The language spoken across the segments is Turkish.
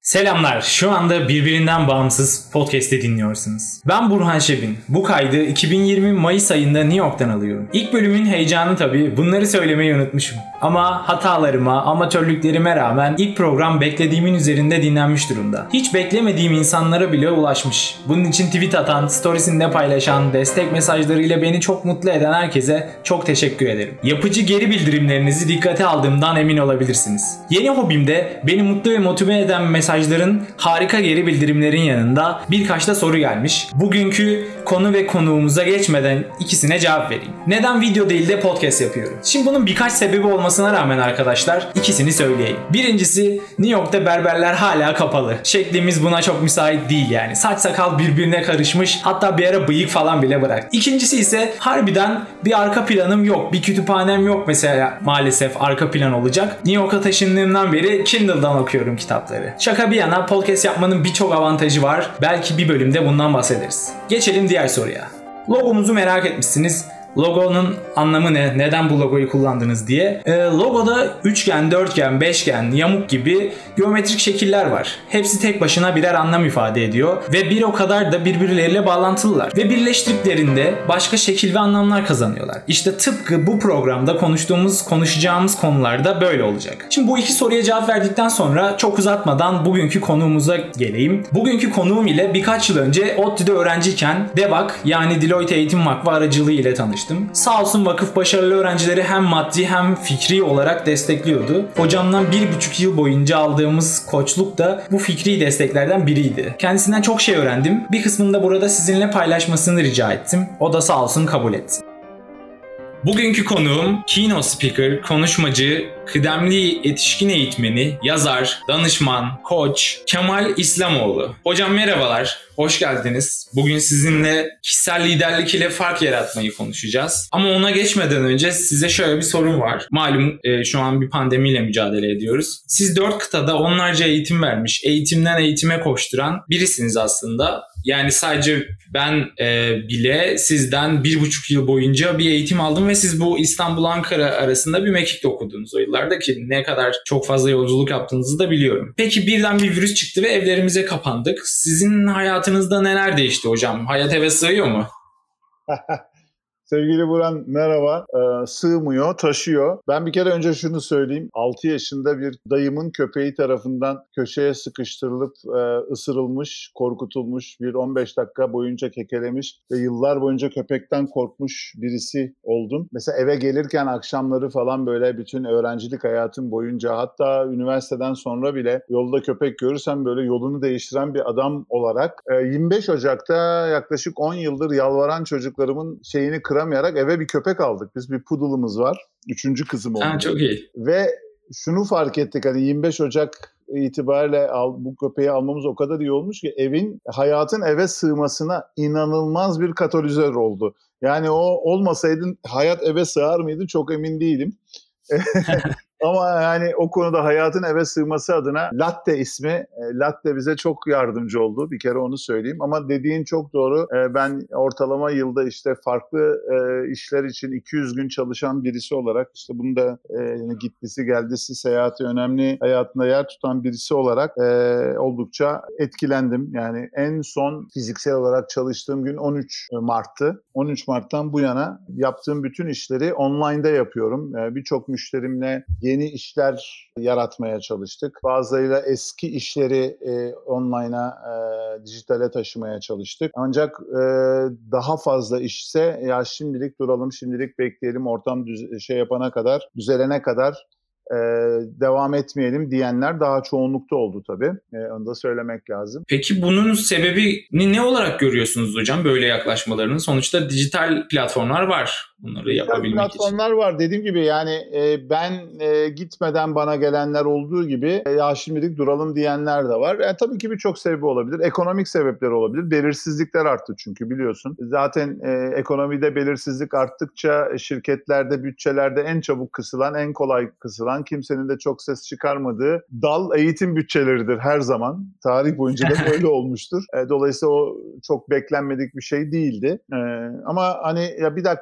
Selamlar, şu anda birbirinden bağımsız podcast'i dinliyorsunuz. Ben Burhan Şebin. Bu kaydı 2020 Mayıs ayında New York'tan alıyorum. İlk bölümün heyecanı tabii, bunları söylemeyi unutmuşum. Ama hatalarıma, amatörlüklerime rağmen ilk program beklediğimin üzerinde dinlenmiş durumda. Hiç beklemediğim insanlara bile ulaşmış. Bunun için tweet atan, storiesinde paylaşan, destek mesajlarıyla beni çok mutlu eden herkese çok teşekkür ederim. Yapıcı geri bildirimlerinizi dikkate aldığımdan emin olabilirsiniz. Yeni hobimde beni mutlu ve motive eden mesajların, harika geri bildirimlerin yanında birkaç da soru gelmiş. Bugünkü konu ve konuğumuza geçmeden ikisine cevap vereyim. Neden video değil de podcast yapıyorum? Şimdi bunun birkaç sebebi olmasına rağmen arkadaşlar ikisini söyleyeyim. Birincisi, New York'ta berberler hala kapalı. Şeklimiz buna çok müsait değil yani. Saç sakal birbirine karışmış, hatta bir ara bıyık falan bile bırak. İkincisi ise harbiden bir arka planım yok. Bir kütüphanem yok mesela, maalesef arka plan olacak. New York'a taşındığımdan beri Kindle'dan okuyorum kitapları. Şaka bir yana podcast yapmanın birçok avantajı var. Belki bir bölümde bundan bahsederiz. Geçelim diğer soruya. Logomuzu merak etmişsiniz. Logonun anlamı ne? Neden bu logoyu kullandınız diye. Logoda üçgen, dörtgen, beşgen, yamuk gibi geometrik şekiller var. Hepsi tek başına birer anlam ifade ediyor ve bir o kadar da birbirleriyle bağlantılılar. Ve birleştirdiklerinde başka şekil ve anlamlar kazanıyorlar. İşte tıpkı bu programda konuşacağımız konularda böyle olacak. Şimdi bu iki soruya cevap verdikten sonra çok uzatmadan bugünkü konuğumuza geleyim. Bugünkü konuğum ile birkaç yıl önce ODTÜ'de öğrenciyken DEVAK yani Deloitte Eğitim Vakfı aracılığı ile tanıştım. Sağ olsun vakıf başarılı öğrencileri hem maddi hem fikri olarak destekliyordu. Hocamdan 1,5 yıl boyunca aldığımız koçluk da bu fikri desteklerden biriydi. Kendisinden çok şey öğrendim. Bir kısmını da burada sizinle paylaşmasını rica ettim. O da sağ olsun kabul etti. Bugünkü konuğum keynote speaker, konuşmacı, kıdemli yetişkin eğitmeni, yazar, danışman, koç Kemal İslamoğlu. Hocam merhabalar, hoş geldiniz. Bugün sizinle kişisel liderlik ile fark yaratmayı konuşacağız. Ama ona geçmeden önce size şöyle bir sorum var. Malum şu an bir pandemiyle mücadele ediyoruz. Siz 4 kıtada onlarca eğitim vermiş, eğitimden eğitime koşturan birisiniz aslında. Yani sadece ben bile sizden 1,5 yıl boyunca bir eğitim aldım ve siz bu İstanbul-Ankara arasında bir mekikte okudunuz o yıllarda ki ne kadar çok fazla yolculuk yaptığınızı da biliyorum. Peki birden bir virüs çıktı ve evlerimize kapandık. Sizin hayatınızda neler değişti hocam? Hayat eve sığıyor mu? Sevgili Burhan merhaba. Sığmıyor, taşıyor. Ben bir kere önce şunu söyleyeyim. 6 yaşında bir dayımın köpeği tarafından köşeye sıkıştırılıp ısırılmış, korkutulmuş, bir 15 dakika boyunca kekelemiş ve yıllar boyunca köpekten korkmuş birisi oldum. Mesela eve gelirken akşamları falan böyle bütün öğrencilik hayatım boyunca, hatta üniversiteden sonra bile yolda köpek görürsem böyle yolunu değiştiren bir adam olarak 25 Ocak'ta yaklaşık 10 yıldır yalvaran çocuklarımın şeyini kıramayarak eve bir köpek aldık. Biz bir poodle'ımız var. 3. kızım oldu. Çok iyi. Ve şunu fark ettik, hani 25 Ocak itibariyle bu köpeği almamız o kadar iyi olmuş ki hayatın eve sığmasına inanılmaz bir katalizör oldu. Yani o olmasaydı hayat eve sığar mıydı çok emin değilim. Ama yani o konuda hayatın eve sığması adına Latte ismi, Latte bize çok yardımcı oldu. Bir kere onu söyleyeyim. Ama dediğin çok doğru. Ben ortalama yılda işte farklı işler için 200 gün çalışan birisi olarak, işte bunu da gittisi geldisi seyahati önemli hayatında yer tutan birisi olarak oldukça etkilendim. Yani en son fiziksel olarak çalıştığım gün 13 Mart'tı. 13 Mart'tan bu yana yaptığım bütün işleri online'da yapıyorum. Birçok müşterimle yeni işler yaratmaya çalıştık. Bazılarıyla eski işleri online'a, dijitale taşımaya çalıştık. Ancak daha fazla işse ya şimdilik duralım, şimdilik bekleyelim, ortam yapana kadar, düzelene kadar devam etmeyelim diyenler daha çoğunlukta oldu tabii. Onu da söylemek lazım. Peki bunun sebebini ne olarak görüyorsunuz hocam, böyle yaklaşmalarının? Sonuçta dijital platformlar var bunları yapabilmek için. Platformlar var dediğim gibi, yani ben gitmeden bana gelenler olduğu gibi ya şimdilik duralım diyenler de var. Yani tabii ki birçok sebebi olabilir. Ekonomik sebepler olabilir. Belirsizlikler arttı çünkü biliyorsun. Zaten ekonomide belirsizlik arttıkça şirketlerde, bütçelerde en çabuk kısılan, en kolay kısılan, kimsenin de çok ses çıkarmadığı dal eğitim bütçeleridir her zaman. Tarih boyunca da böyle olmuştur. Dolayısıyla o çok beklenmedik bir şey değildi. Ama hani ya bir dakika ya tam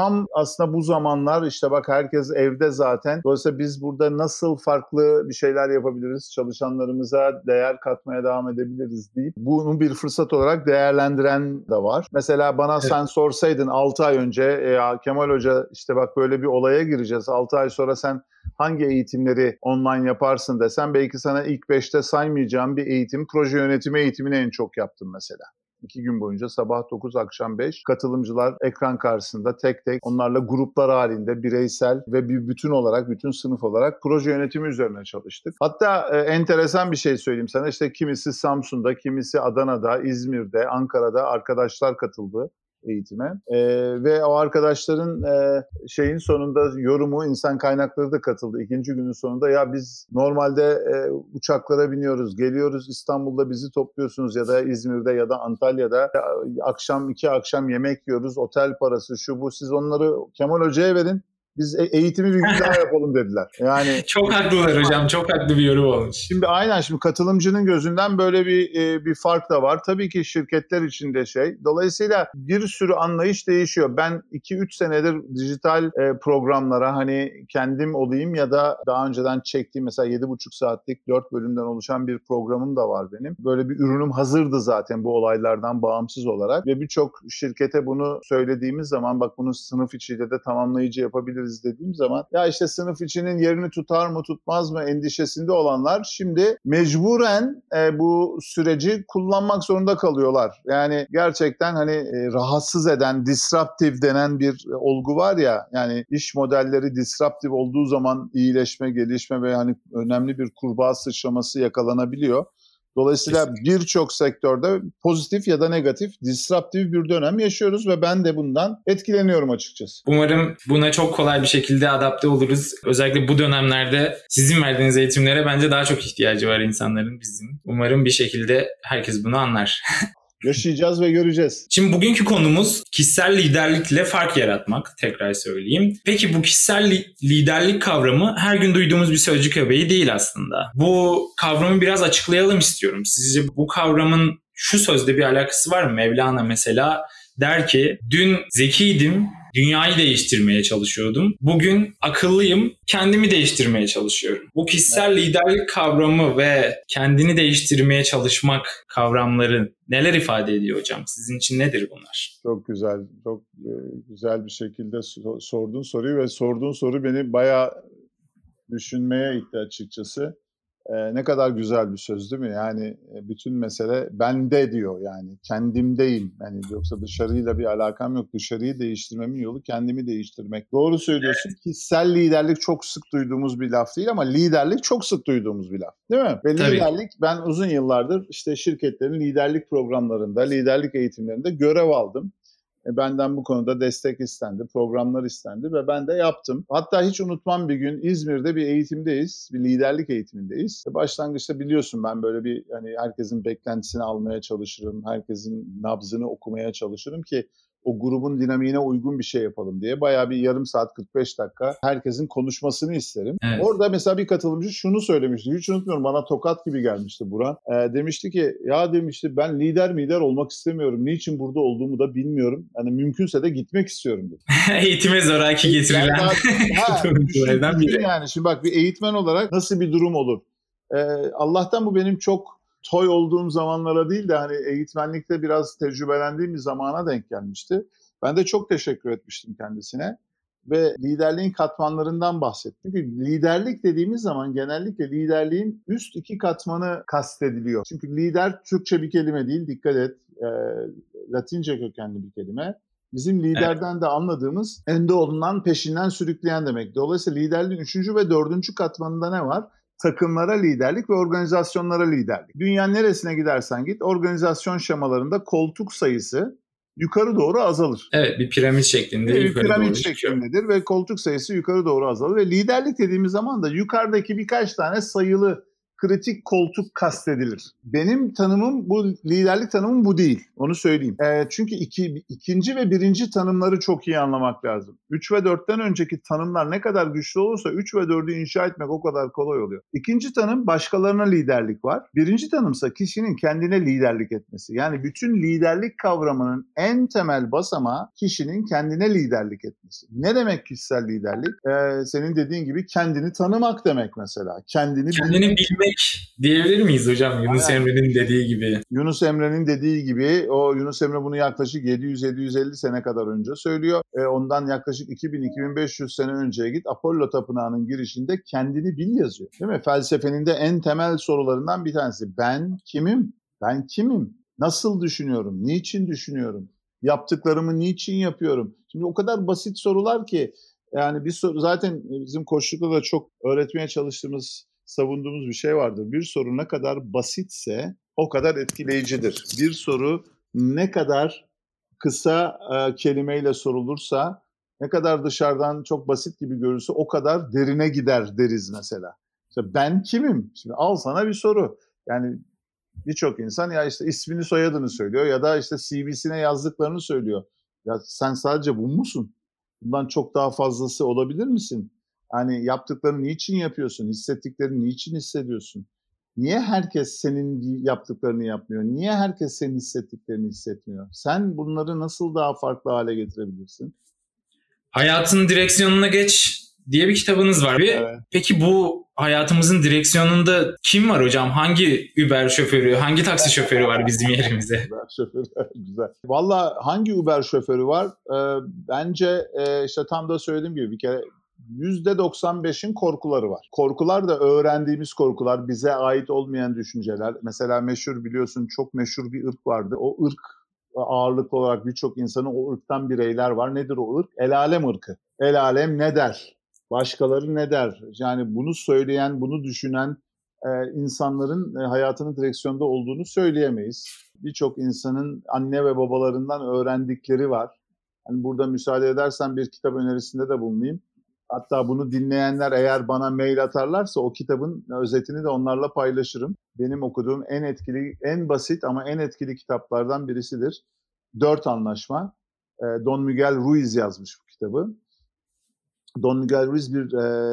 tam aslında bu zamanlar işte bak herkes evde zaten. Dolayısıyla biz burada nasıl farklı bir şeyler yapabiliriz, çalışanlarımıza değer katmaya devam edebiliriz deyip bunu bir fırsat olarak değerlendiren de var. Mesela bana sen sorsaydın 6 ay önce ya Kemal Hoca işte bak böyle bir olaya gireceğiz. 6 ay sonra sen hangi eğitimleri online yaparsın desen belki sana ilk 5'te saymayacağım bir eğitim, proje yönetimi eğitimini en çok yaptım mesela. 2 gün boyunca sabah 9 akşam 5 katılımcılar ekran karşısında tek tek onlarla gruplar halinde bireysel ve bir bütün olarak bütün sınıf olarak proje yönetimi üzerine çalıştık. Hatta enteresan bir şey söyleyeyim sana işte kimisi Samsun'da, kimisi Adana'da, İzmir'de, Ankara'da arkadaşlar katıldı eğitime. Ve o arkadaşların şeyin sonunda yorumu insan kaynakları da katıldı. 2. günün sonunda ya biz normalde uçaklara biniyoruz, geliyoruz İstanbul'da bizi topluyorsunuz ya da İzmir'de ya da Antalya'da akşam 2 akşam yemek yiyoruz, otel parası şu bu siz onları Kemal Hoca'ya verin. Biz eğitimi bir gün daha yapalım dediler. Yani çok haklılar hocam. Çok haklı bir yorum olmuş. Şimdi aynen şimdi katılımcının gözünden böyle bir fark da var. Tabii ki şirketler için de şey. Dolayısıyla bir sürü anlayış değişiyor. Ben 2-3 senedir dijital programlara hani kendim olayım ya da daha önceden çektiğim mesela 7,5 saatlik 4 bölümden oluşan bir programım da var benim. Böyle bir ürünüm hazırdı zaten bu olaylardan bağımsız olarak ve birçok şirkete bunu söylediğimiz zaman bak bunu sınıf içiyle de tamamlayıcı yapabiliriz dediğim zaman ya işte sınıf içinin yerini tutar mı tutmaz mı endişesinde olanlar şimdi mecburen bu süreci kullanmak zorunda kalıyorlar. Yani gerçekten hani rahatsız eden, disruptive denen bir olgu var ya yani iş modelleri disruptive olduğu zaman iyileşme, gelişme ve hani önemli bir kurbağa sıçraması yakalanabiliyor. Dolayısıyla birçok sektörde pozitif ya da negatif, disruptif bir dönem yaşıyoruz ve ben de bundan etkileniyorum açıkçası. Umarım buna çok kolay bir şekilde adapte oluruz. Özellikle bu dönemlerde sizin verdiğiniz eğitimlere bence daha çok ihtiyacı var insanların bizim. Umarım bir şekilde herkes bunu anlar. Yaşayacağız ve göreceğiz. Şimdi bugünkü konumuz kişisel liderlikle fark yaratmak. Tekrar söyleyeyim. Peki bu kişisel liderlik kavramı her gün duyduğumuz bir sözcük öbeği değil aslında. Bu kavramı biraz açıklayalım istiyorum. Sizce bu kavramın şu sözde bir alakası var mı? Mevlana mesela der ki dün zekiydim, dünyayı değiştirmeye çalışıyordum. Bugün akıllıyım, kendimi değiştirmeye çalışıyorum. Bu kişisel liderlik kavramı ve kendini değiştirmeye çalışmak kavramları neler ifade ediyor hocam? Sizin için nedir bunlar? Çok güzel, çok güzel bir şekilde sorduğun soruyu ve sorduğun soru beni bayağı düşünmeye itti açıkçası. Ne kadar güzel bir söz değil mi? Yani bütün mesele bende diyor yani kendimdeyim. Yani yoksa dışarıyla bir alakam yok. Dışarıyı değiştirmemin yolu kendimi değiştirmek. Doğru söylüyorsun. Evet. Kişisel liderlik çok sık duyduğumuz bir laf değil ama liderlik çok sık duyduğumuz bir laf. Değil mi? Ve tabii. Liderlik ben uzun yıllardır işte şirketlerin liderlik programlarında, liderlik eğitimlerinde görev aldım. Benden bu konuda destek istendi, programlar istendi ve ben de yaptım. Hatta hiç unutmam bir gün İzmir'de bir eğitimdeyiz, bir liderlik eğitimindeyiz. Başlangıçta biliyorsun ben böyle bir hani herkesin beklentisini almaya çalışırım, herkesin nabzını okumaya çalışırım ki o grubun dinamiğine uygun bir şey yapalım diye. Bayağı bir yarım saat 45 dakika herkesin konuşmasını isterim. Evet. Orada mesela bir katılımcı şunu söylemişti. Hiç unutmuyorum bana tokat gibi gelmişti Burak. Demişti ki ya demişti ben lider olmak istemiyorum. Niçin burada olduğumu da bilmiyorum. Hani mümkünse de gitmek istiyorum dedi. Eğitime zoraki getirilen durumlardan biri. Yani şimdi bak bir eğitmen olarak nasıl bir durum olur? Allah'tan bu benim çok toy olduğum zamanlara değil de hani eğitmenlikte biraz tecrübelendiğim bir zamana denk gelmişti. Ben de çok teşekkür etmiştim kendisine ve liderliğin katmanlarından bahsettim. Çünkü liderlik dediğimiz zaman genellikle liderliğin üst 2 katmanı kastediliyor. Çünkü lider Türkçe bir kelime değil, dikkat et. Latince kökenli bir kelime. Bizim liderden de anladığımız önde olunan, peşinden sürükleyen demek. Dolayısıyla liderliğin 3. ve 4. katmanında ne var? Takımlara liderlik ve organizasyonlara liderlik. Dünyanın neresine gidersen git organizasyon şemalarında koltuk sayısı yukarı doğru azalır. Evet bir piramit şeklinde yukarı piramit doğru şeklindedir ve koltuk sayısı yukarı doğru azalır ve liderlik dediğimiz zaman da yukarıdaki birkaç tane sayılı kritik koltuk kastedilir. Benim tanımım bu, liderlik tanımım bu değil. Onu söyleyeyim. Çünkü ikinci ve birinci tanımları çok iyi anlamak lazım. 3 ve 4'ten önceki tanımlar ne kadar güçlü olursa 3 ve 4'ü inşa etmek o kadar kolay oluyor. İkinci tanım başkalarına liderlik var. Birinci tanımsa kişinin kendine liderlik etmesi. Yani bütün liderlik kavramının en temel basamağı kişinin kendine liderlik etmesi. Ne demek kişisel liderlik? Senin dediğin gibi kendini tanımak demek mesela. Kendini bilmek diyebilir miyiz hocam? Yunus Emre'nin dediği gibi. Yunus Emre'nin dediği gibi, o Yunus Emre bunu yaklaşık 700-750 sene kadar önce söylüyor. Ondan yaklaşık 2000-2500 sene önceye git, Apollo Tapınağı'nın girişinde kendini bil yazıyor. Değil mi? Felsefenin de en temel sorularından bir tanesi. Ben kimim? Ben kimim? Nasıl düşünüyorum? Niçin düşünüyorum? Yaptıklarımı niçin yapıyorum? Şimdi o kadar basit sorular ki, yani bir soru, zaten bizim koçlukta da çok öğretmeye çalıştığımız, savunduğumuz bir şey vardır. Bir soru ne kadar basitse o kadar etkileyicidir. Bir soru ne kadar kısa kelimeyle sorulursa, ne kadar dışarıdan çok basit gibi görülse o kadar derine gider deriz mesela. İşte ben kimim? Şimdi al sana bir soru. Yani birçok insan ya işte ismini soyadını söylüyor ya da işte CV'sine yazdıklarını söylüyor. Ya sen sadece bu musun? Bundan çok daha fazlası olabilir misin? Hani yaptıklarını niçin yapıyorsun? Hissettiklerini niçin hissediyorsun? Niye herkes senin yaptıklarını yapmıyor? Niye herkes senin hissettiklerini hissetmiyor? Sen bunları nasıl daha farklı hale getirebilirsin? Hayatın Direksiyonuna Geç diye bir kitabınız var. Evet. Peki bu hayatımızın direksiyonunda kim var hocam? Hangi Uber şoförü, hangi taksi şoförü var bizim yerimize? Uber şoförü, güzel. Valla hangi Uber şoförü var? Bence işte tam da söylediğim gibi bir kere %95'in korkuları var. Korkular da öğrendiğimiz korkular, bize ait olmayan düşünceler. Mesela meşhur, biliyorsun, çok meşhur bir ırk vardı. O ırk ağırlıklı olarak birçok insanın o ırktan bireyler var. Nedir o ırk? El alem ırkı. El alem ne der? Başkaları ne der? Yani bunu söyleyen, bunu düşünen insanların hayatının direksiyonda olduğunu söyleyemeyiz. Birçok insanın anne ve babalarından öğrendikleri var. Hani burada müsaade edersen bir kitap önerisinde de bulunayım. Hatta bunu dinleyenler eğer bana mail atarlarsa o kitabın özetini de onlarla paylaşırım. Benim okuduğum en etkili, en basit ama en etkili kitaplardan birisidir. 4 Anlaşma. Don Miguel Ruiz yazmış bu kitabı. Don Miguel Ruiz bir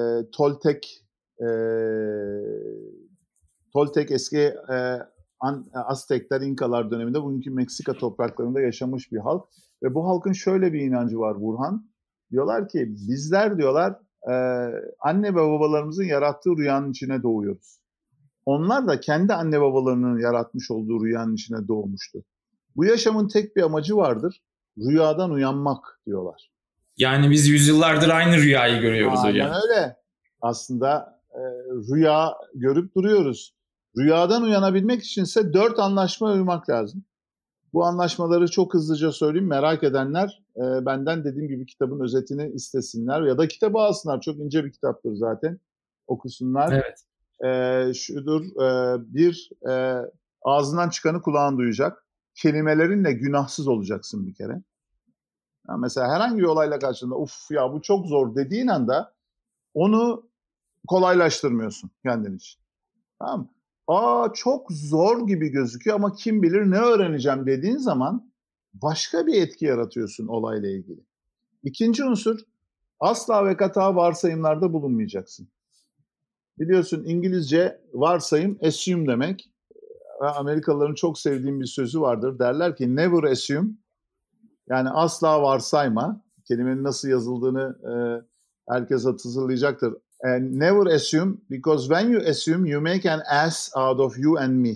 Toltek eski Aztekler, İnkalar döneminde bugünkü Meksika topraklarında yaşamış bir halk. Ve bu halkın şöyle bir inancı var Burhan. Diyorlar ki bizler, diyorlar, anne ve babalarımızın yarattığı rüyanın içine doğuyoruz. Onlar da kendi anne babalarının yaratmış olduğu rüyanın içine doğmuştu. Bu yaşamın tek bir amacı vardır. Rüyadan uyanmak diyorlar. Yani biz yüzyıllardır aynı rüyayı görüyoruz hocam. Aynen öyle. Aslında rüya görüp duruyoruz. Rüyadan uyanabilmek içinse 4 anlaşma uymak lazım. Bu anlaşmaları çok hızlıca söyleyeyim. Merak edenler benden dediğim gibi kitabın özetini istesinler ya da kitabı alsınlar. Çok ince bir kitaptır zaten. Okusunlar. Evet. Şudur, ağzından çıkanı kulağın duyacak. Kelimelerinle günahsız olacaksın bir kere. Ya mesela herhangi bir olayla karşında uf ya bu çok zor dediğin anda onu kolaylaştırmıyorsun kendin için. Tamam mı? Çok zor gibi gözüküyor ama kim bilir ne öğreneceğim dediğin zaman başka bir etki yaratıyorsun olayla ilgili. İkinci unsur, asla ve kata varsayımlarda bulunmayacaksın. Biliyorsun İngilizce varsayım assume demek. Amerikalıların çok sevdiğim bir sözü vardır. Derler ki never assume, yani asla varsayma. Kelimenin nasıl yazıldığını herkes hatırlayacaktır. And never assume, because when you assume you make an ass out of you and me.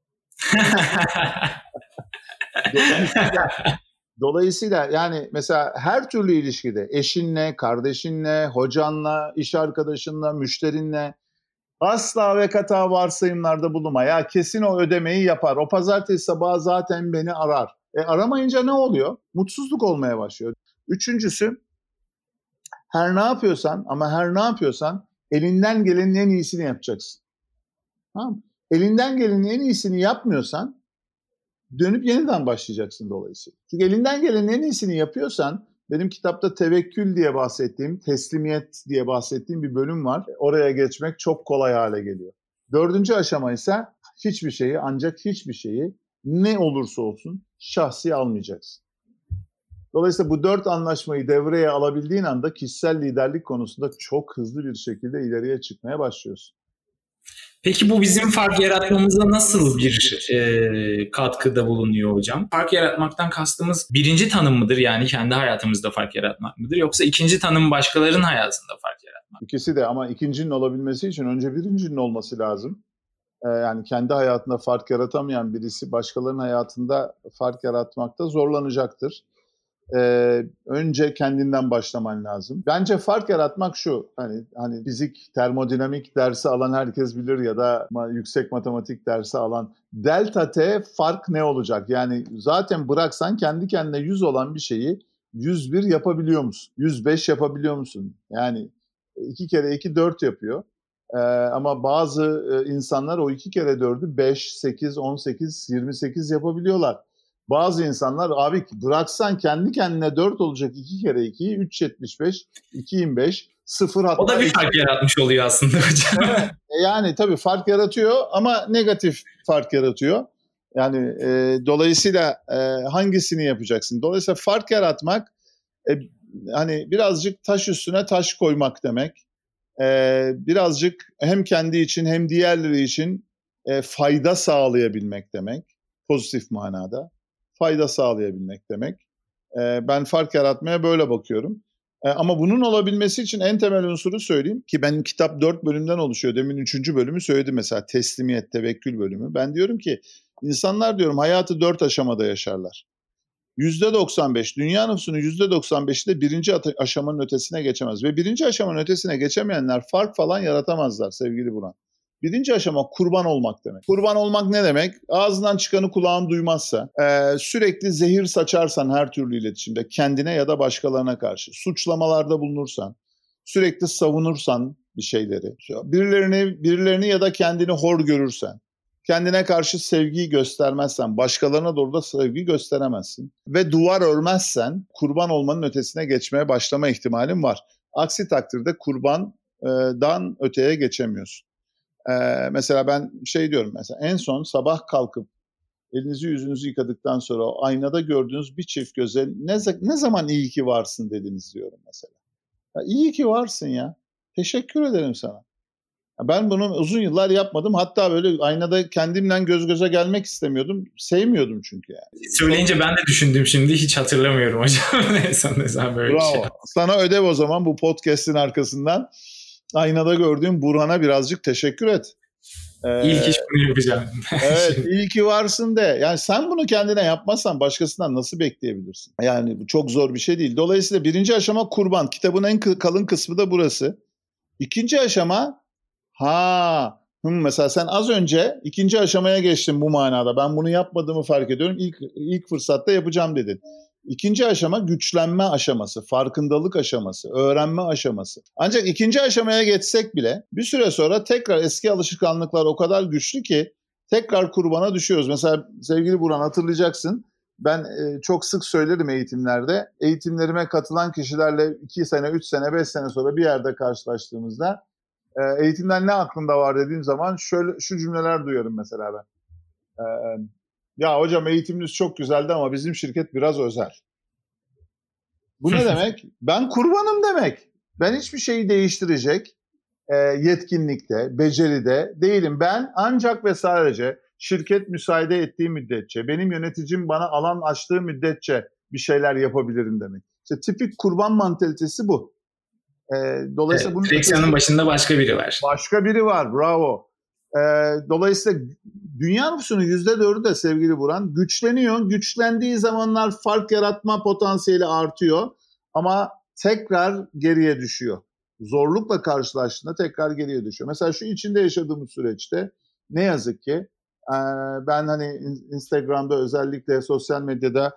Dolayısıyla yani mesela her türlü ilişkide eşinle, kardeşinle, hocanla, iş arkadaşınla, müşterinle asla ve kata varsayımlarda bulunma. Ya kesin o ödemeyi yapar. O pazartesi sabahı zaten beni arar. Aramayınca ne oluyor? Mutsuzluk olmaya başlıyor. Üçüncüsü, her ne yapıyorsan elinden gelenin en iyisini yapacaksın. Tamam. Elinden gelenin en iyisini yapmıyorsan dönüp yeniden başlayacaksın dolayısıyla. Çünkü elinden gelenin en iyisini yapıyorsan, benim kitapta tevekkül diye bahsettiğim, teslimiyet diye bahsettiğim bir bölüm var. Oraya geçmek çok kolay hale geliyor. Dördüncü aşama ise hiçbir şeyi, ancak hiçbir şeyi ne olursa olsun şahsi almayacaksın. Dolayısıyla bu 4 anlaşmayı devreye alabildiğin anda kişisel liderlik konusunda çok hızlı bir şekilde ileriye çıkmaya başlıyorsun. Peki bu bizim fark yaratmamıza nasıl bir katkıda bulunuyor hocam? Fark yaratmaktan kastımız birinci tanım mıdır? Yani kendi hayatımızda fark yaratmak mıdır? Yoksa ikinci tanım başkalarının hayatında fark yaratmak? İkisi de, ama ikincinin olabilmesi için önce birincinin olması lazım. Yani kendi hayatında fark yaratamayan birisi başkalarının hayatında fark yaratmakta zorlanacaktır. Önce kendinden başlaman lazım. Bence fark yaratmak şu, hani fizik, termodinamik dersi alan herkes bilir ya da yüksek matematik dersi alan delta T fark ne olacak? Yani zaten bıraksan kendi kendine 100 olan bir şeyi 101 yapabiliyor musun? 105 yapabiliyor musun? Yani 2 kere 2 4 yapıyor. Ama bazı insanlar o 2 kere 4'ü 5, 8, 18, 28 yapabiliyorlar. Bazı insanlar abi bıraksan kendi kendine 4 olacak 2 kere 2'yi 3.75, 2.25, 0 hatta... O da bir fark yaratmış oluyor aslında hocam. Evet, yani tabii fark yaratıyor ama negatif fark yaratıyor. Yani dolayısıyla hangisini yapacaksın? Dolayısıyla fark yaratmak hani birazcık taş üstüne taş koymak demek. Birazcık hem kendi için hem diğerleri için fayda sağlayabilmek demek. Pozitif manada. Fayda sağlayabilmek demek. Ben fark yaratmaya böyle bakıyorum. Ama bunun olabilmesi için en temel unsuru söyleyeyim ki benim kitap 4 bölümden oluşuyor. Demin 3. bölümü söyledim mesela, teslimiyet, tevekkül bölümü. Ben diyorum ki insanlar diyorum hayatı 4 aşamada yaşarlar. %95, dünya nüfusunun %95'i de birinci aşamanın ötesine geçemez. Ve birinci aşamanın ötesine geçemeyenler fark falan yaratamazlar sevgili Burhan. Birinci aşama kurban olmak demek. Kurban olmak ne demek? Ağzından çıkanı kulağın duymazsa, sürekli zehir saçarsan her türlü iletişimde, kendine ya da başkalarına karşı, suçlamalarda bulunursan, sürekli savunursan bir şeyleri, birilerini ya da kendini hor görürsen, kendine karşı sevgiyi göstermezsen, başkalarına doğru da sevgi gösteremezsin ve duvar örmezsen kurban olmanın ötesine geçmeye başlama ihtimalin var. Aksi takdirde kurbandan öteye geçemiyorsun. Mesela ben diyorum, mesela en son sabah kalkıp elinizi yüzünüzü yıkadıktan sonra o aynada gördüğünüz bir çift göze ne zaman iyi ki varsın dediniz diyorum mesela. Ya iyi ki varsın ya. Teşekkür ederim sana. Ben bunu uzun yıllar yapmadım. Hatta böyle aynada kendimle göz göze gelmek istemiyordum. Sevmiyordum çünkü yani. Söyleyince ben de düşündüm şimdi. Hiç hatırlamıyorum hocam. ne zaman böyle Bravo. bir şey. Sana ödev o zaman bu podcast'in arkasından. Aynada gördüğüm Burhan'a birazcık teşekkür et. İlk iş bunu yapacağım. Evet, iyi ki varsın de. Yani sen bunu kendine yapmazsan başkasından nasıl bekleyebilirsin? Yani bu çok zor bir şey değil. Dolayısıyla birinci aşama kurban. Kitabın en kalın kısmı da burası. İkinci aşama mesela sen az önce ikinci aşamaya geçtin bu manada. Ben bunu yapmadığımı fark ediyorum. İlk fırsatta yapacağım dedin. İkinci aşama güçlenme aşaması, farkındalık aşaması, öğrenme aşaması. Ancak ikinci aşamaya geçsek bile bir süre sonra tekrar eski alışkanlıklar o kadar güçlü ki tekrar kurbana düşüyoruz. Mesela sevgili Burhan, hatırlayacaksın. Ben çok sık söylerim eğitimlerde. Eğitimlerime katılan kişilerle 2 sene, 3 sene, 5 sene sonra bir yerde karşılaştığımızda eğitimden ne aklında var dediğim zaman şu cümleler duyuyorum mesela ben. Ya hocam eğitiminiz çok güzeldi ama bizim şirket biraz özel. Bu ne demek? Ben kurbanım demek. Ben hiçbir şeyi değiştirecek yetkinlikte, beceride değilim. Ben ancak ve sadece şirket müsaade ettiği müddetçe, benim yöneticim bana alan açtığı müddetçe bir şeyler yapabilirim demek. İşte tipik kurban mantalitesi bu. Dolayısıyla bunun direksiyonun başında başka biri var. Başka biri var, bravo. Dolayısıyla dünya nüfusunun %4'ü de sevgili Burhan güçleniyor. Güçlendiği zamanlar fark yaratma potansiyeli artıyor ama tekrar geriye düşüyor. Zorlukla karşılaştığında tekrar geriye düşüyor. Mesela şu içinde yaşadığımız süreçte ne yazık ki ben hani Instagram'da özellikle sosyal medyada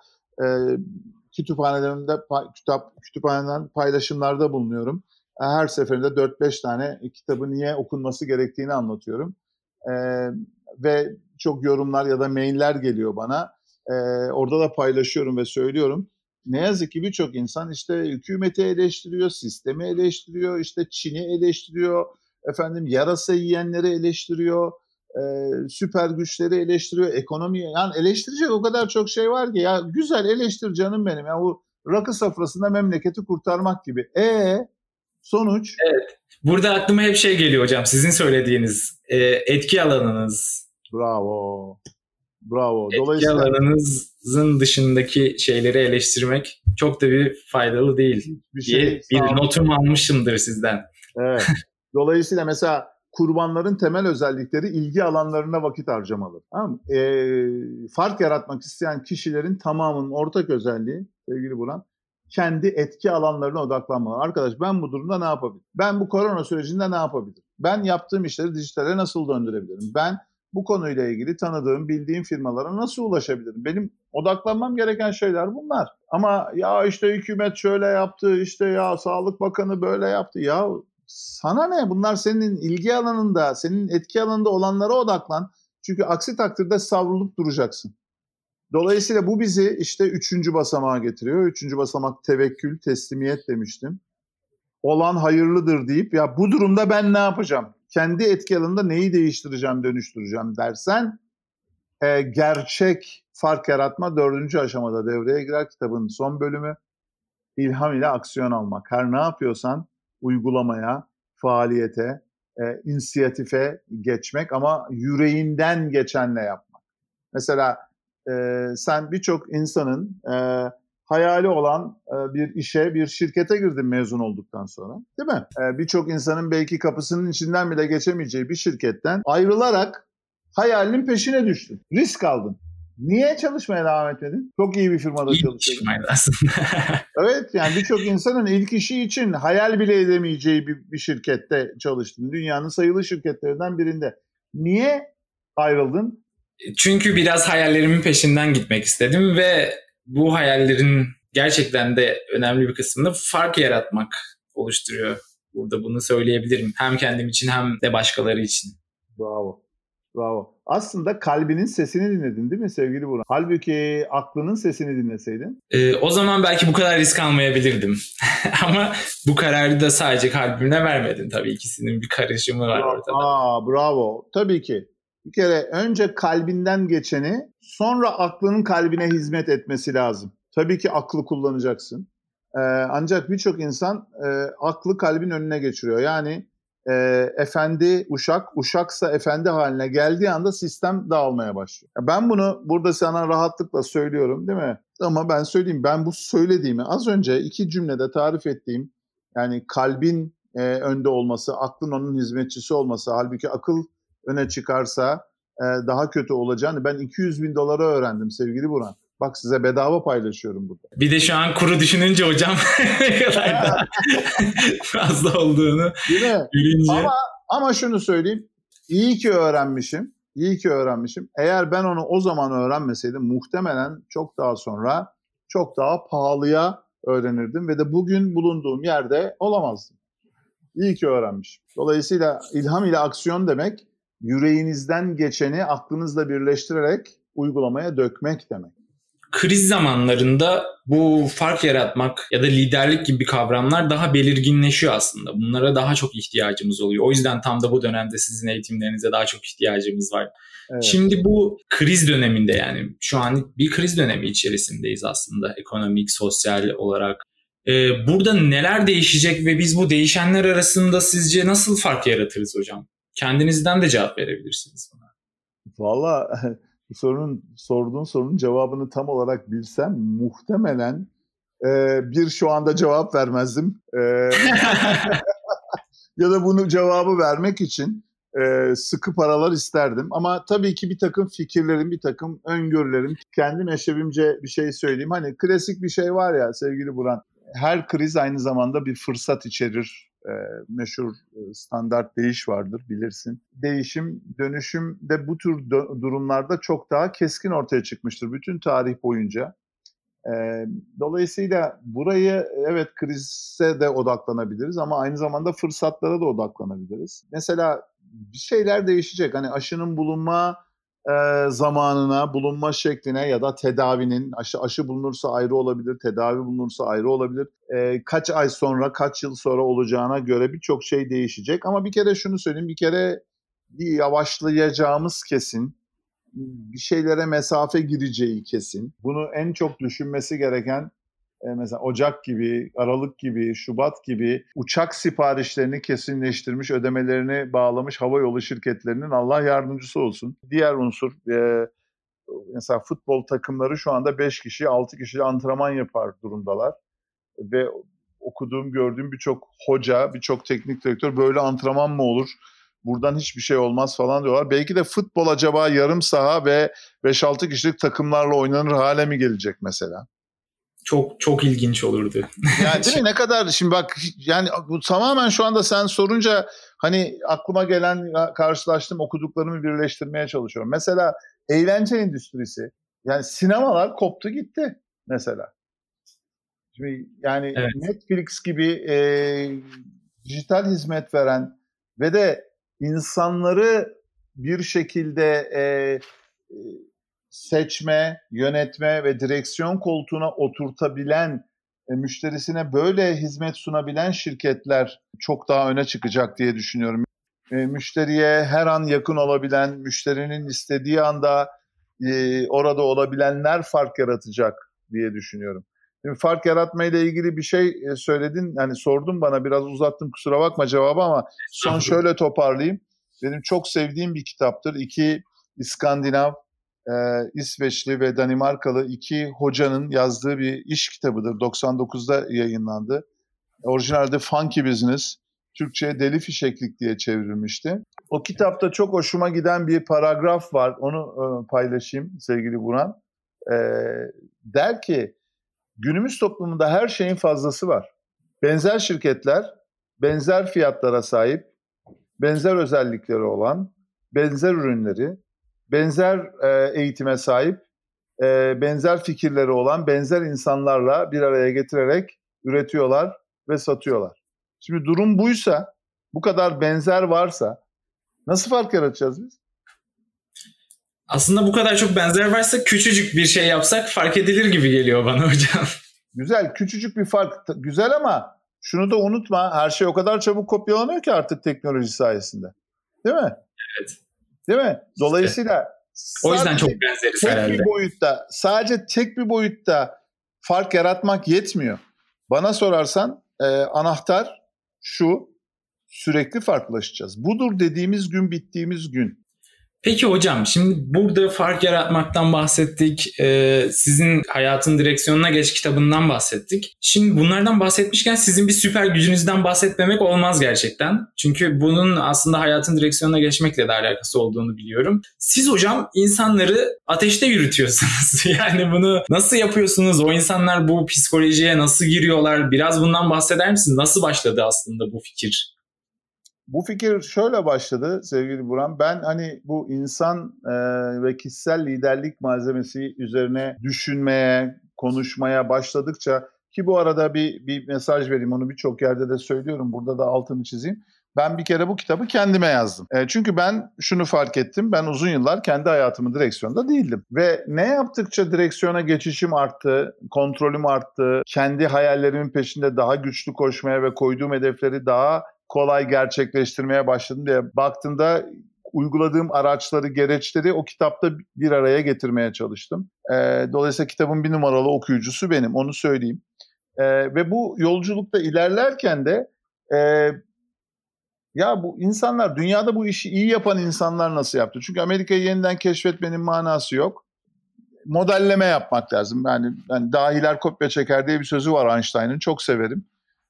kütüphaneden paylaşımlarda bulunuyorum. Her seferinde 4-5 tane kitabı niye okunması gerektiğini anlatıyorum. Ve çok yorumlar ya da mailler geliyor bana. Orada da paylaşıyorum ve söylüyorum. Ne yazık ki birçok insan işte hükümeti eleştiriyor, sistemi eleştiriyor, işte Çin'i eleştiriyor, efendim yarasa yiyenleri eleştiriyor, süper güçleri eleştiriyor, ekonomiyi. Yani eleştirecek o kadar çok şey var ki. Ya güzel, eleştir canım benim. Ya bu rakı sofrasında memleketi kurtarmak gibi. Sonuç? Evet. Burada aklıma hep şey geliyor hocam. Sizin söylediğiniz etki alanınız. Bravo. Bravo. Etki Dolayısıyla alanınızın dışındaki şeyleri eleştirmek çok da bir faydalı değil diye bir notumu almışımdır sizden. Evet. Dolayısıyla mesela kurbanların temel özellikleri ilgi alanlarına vakit harcamalı. Tamam. Fark yaratmak isteyen kişilerin tamamının ortak özelliği sevgili Burhan, kendi etki alanlarına odaklanmalı. Arkadaş ben bu durumda ne yapabilirim? Ben bu korona sürecinde ne yapabilirim? Ben yaptığım işleri dijitale nasıl döndürebilirim? Ben bu konuyla ilgili tanıdığım, bildiğim firmalara nasıl ulaşabilirim? Benim odaklanmam gereken şeyler bunlar. Ama ya işte hükümet şöyle yaptı, işte ya Sağlık Bakanı böyle yaptı. Ya sana ne? Bunlar senin ilgi alanında, senin etki alanında olanlara odaklan. Çünkü aksi takdirde savrulup duracaksın. Dolayısıyla bu bizi işte 3. basamağa getiriyor. 3. basamak tevekkül, teslimiyet demiştim. Olan hayırlıdır deyip ya bu durumda ben ne yapacağım? Kendi etki alanında neyi değiştireceğim, dönüştüreceğim dersen gerçek fark yaratma 4. aşamada devreye girer. Kitabın son bölümü ilham ile aksiyon almak. Her ne yapıyorsan uygulamaya, faaliyete, inisiyatife geçmek ama yüreğinden geçenle yapmak. Mesela sen birçok insanın hayali olan bir işe, bir şirkete girdin mezun olduktan sonra, değil mi? Birçok insanın belki kapısının içinden bile geçemeyeceği bir şirketten ayrılarak hayalinin peşine düştün. Risk aldın. Niye çalışmaya devam etmedin? Çok iyi bir firmada çalışıyordun. İyi aslında. Evet, yani birçok insanın ilk işi için hayal bile edemeyeceği bir şirkette çalıştın. Dünyanın sayılı şirketlerinden birinde. Niye ayrıldın? Çünkü biraz hayallerimin peşinden gitmek istedim ve bu hayallerin gerçekten de önemli bir kısmını fark yaratmak oluşturuyor. Burada bunu söyleyebilirim. Hem kendim için hem de başkaları için. Bravo. Bravo. Aslında kalbinin sesini dinledin değil mi sevgili Burhan? Halbuki aklının sesini dinleseydin. O zaman belki bu kadar risk almayabilirdim. Ama bu kararı da sadece kalbimle vermedim tabii. İkisinin bir karışımı var ortada. Bravo. Tabii ki. Bir kere önce kalbinden geçeni, sonra aklının kalbine hizmet etmesi lazım. Tabii ki aklı kullanacaksın. Ancak birçok insan aklı kalbin önüne geçiriyor. Yani efendi uşak, uşaksa efendi haline geldiği anda sistem dağılmaya başlıyor. Ben bunu burada sana rahatlıkla söylüyorum değil mi? Ama ben söyleyeyim, ben bu söylediğimi az önce 2 cümlede tarif ettiğim, yani kalbin önde olması, aklın onun hizmetçisi olması, halbuki akıl öne çıkarsa daha kötü olacağını ben $200.000 öğrendim sevgili Burhan. Bak size bedava paylaşıyorum burada. Bir de şu an kuru düşününce hocam ne kadar da fazla olduğunu görünce. Ama şunu söyleyeyim. İyi ki öğrenmişim. İyi ki öğrenmişim. Eğer ben onu o zaman öğrenmeseydim muhtemelen çok daha sonra çok daha pahalıya öğrenirdim ve de bugün bulunduğum yerde olamazdım. İyi ki öğrenmişim. Dolayısıyla ilham ile aksiyon demek yüreğinizden geçeni aklınızla birleştirerek uygulamaya dökmek demek. Kriz zamanlarında bu fark yaratmak ya da liderlik gibi kavramlar daha belirginleşiyor aslında. Bunlara daha çok ihtiyacımız oluyor. O yüzden tam da bu dönemde sizin eğitimlerinize daha çok ihtiyacımız var. Evet. Şimdi bu kriz döneminde, yani şu an bir kriz dönemi içerisindeyiz aslında ekonomik, sosyal olarak. Burada neler değişecek ve biz bu değişenler arasında sizce nasıl fark yaratırız hocam? Kendinizden de cevap verebilirsiniz buna. Vallahi sorduğun sorunun cevabını tam olarak bilsem muhtemelen şu anda cevap vermezdim. Ya da bunu cevabı vermek için sıkı paralar isterdim. Ama tabii ki bir takım fikirlerim, bir takım öngörülerim, kendi meşrebimce bir şey söyleyeyim. Hani klasik bir şey var ya sevgili Burhan, her kriz aynı zamanda bir fırsat içerir. Meşhur standart deyiş vardır, bilirsin. Değişim, dönüşüm de bu tür durumlarda çok daha keskin ortaya çıkmıştır bütün tarih boyunca. Dolayısıyla burayı evet krize de odaklanabiliriz ama aynı zamanda fırsatlara da odaklanabiliriz. Mesela bir şeyler değişecek. Hani aşının bulunma zamanına, bulunma şekline ya da tedavinin, aşı bulunursa ayrı olabilir, tedavi bulunursa ayrı olabilir. Kaç ay sonra, kaç yıl sonra olacağına göre birçok şey değişecek. Ama bir kere şunu söyleyeyim, bir kere yavaşlayacağımız kesin. Bir şeylere mesafe gireceği kesin. Bunu en çok düşünmesi gereken mesela Ocak gibi, Aralık gibi, Şubat gibi uçak siparişlerini kesinleştirmiş, ödemelerini bağlamış havayolu şirketlerinin Allah yardımcısı olsun. Diğer unsur, mesela futbol takımları şu anda 5 kişi, 6 kişi antrenman yapar durumdalar. Ve okuduğum, gördüğüm birçok hoca, birçok teknik direktör böyle antrenman mı olur? Buradan hiçbir şey olmaz falan diyorlar. Belki de futbol acaba yarım saha ve 5-6 kişilik takımlarla oynanır hale mi gelecek mesela? Çok çok ilginç olurdu. Yani değil mi? Ne kadar şimdi bak, yani bu tamamen şu anda sen sorunca hani aklıma gelen, karşılaştığım okuduklarımı birleştirmeye çalışıyorum. Mesela eğlence endüstrisi, yani sinemalar koptu gitti mesela. Şimdi yani Evet. Netflix gibi dijital hizmet veren ve de insanları bir şekilde seçme, yönetme ve direksiyon koltuğuna oturtabilen, müşterisine böyle hizmet sunabilen şirketler çok daha öne çıkacak diye düşünüyorum. Müşteriye her an yakın olabilen, müşterinin istediği anda orada olabilenler fark yaratacak diye düşünüyorum. Şimdi fark yaratmayla ilgili bir şey söyledin. Yani sordun bana, biraz uzattım, kusura bakma cevabı, ama son şöyle toparlayayım. Benim çok sevdiğim bir kitaptır. İki İskandinav, İsveçli ve Danimarkalı iki hocanın yazdığı bir iş kitabıdır. 99'da yayınlandı. Orijinalde Funky Business, Türkçe'ye Deli Fişeklik diye çevrilmişti. O kitapta çok hoşuma giden bir paragraf var. Onu paylaşayım sevgili Burhan. Der ki, günümüz toplumunda her şeyin fazlası var. Benzer şirketler, benzer fiyatlara sahip, benzer özellikleri olan, benzer ürünleri, benzer eğitime sahip, benzer fikirleri olan, benzer insanlarla bir araya getirerek üretiyorlar ve satıyorlar. Şimdi durum buysa, bu kadar benzer varsa nasıl fark yaratacağız biz? Aslında bu kadar çok benzer varsa küçücük bir şey yapsak fark edilir gibi geliyor bana hocam. Güzel, küçücük bir fark güzel, ama şunu da unutma, her şey o kadar çabuk kopyalanıyor ki artık teknoloji sayesinde. Değil mi? Evet. Değil mi? Dolayısıyla o yüzden çok benzeriz herhalde. Sadece tek bir boyutta fark yaratmak yetmiyor. Bana sorarsan anahtar şu: sürekli farklılaşacağız. Budur dediğimiz gün, bittiğimiz gün. Peki hocam, şimdi burada fark yaratmaktan bahsettik. Sizin Hayatın Direksiyonuna Geç kitabından bahsettik. Şimdi bunlardan bahsetmişken sizin bir süper gücünüzden bahsetmemek olmaz gerçekten. Çünkü bunun aslında hayatın direksiyonuna geçmekle de alakası olduğunu biliyorum. Siz hocam insanları ateşte yürütüyorsunuz. Yani bunu nasıl yapıyorsunuz? O insanlar bu psikolojiye nasıl giriyorlar? Biraz bundan bahseder misiniz? Nasıl başladı aslında bu fikir? Bu fikir şöyle başladı sevgili Burhan. Ben hani bu insan ve kişisel liderlik malzemesi üzerine düşünmeye, konuşmaya başladıkça, ki bu arada bir mesaj vereyim, onu birçok yerde de söylüyorum, burada da altını çizeyim. Ben bir kere bu kitabı kendime yazdım. Çünkü ben şunu fark ettim, ben uzun yıllar kendi hayatımın direksiyonda değildim. Ve ne yaptıkça direksiyona geçişim arttı, kontrolüm arttı, kendi hayallerimin peşinde daha güçlü koşmaya ve koyduğum hedefleri daha kolay gerçekleştirmeye başladım diye baktığımda uyguladığım araçları, gereçleri o kitapta bir araya getirmeye çalıştım. Dolayısıyla kitabın bir numaralı okuyucusu benim, onu söyleyeyim. Ve bu yolculukta ilerlerken de ya bu insanlar, dünyada bu işi iyi yapan insanlar nasıl yaptı? Çünkü Amerika'yı yeniden keşfetmenin manası yok. Modelleme yapmak lazım. Yani dahiler kopya çeker diye bir sözü var Einstein'ın, çok severim.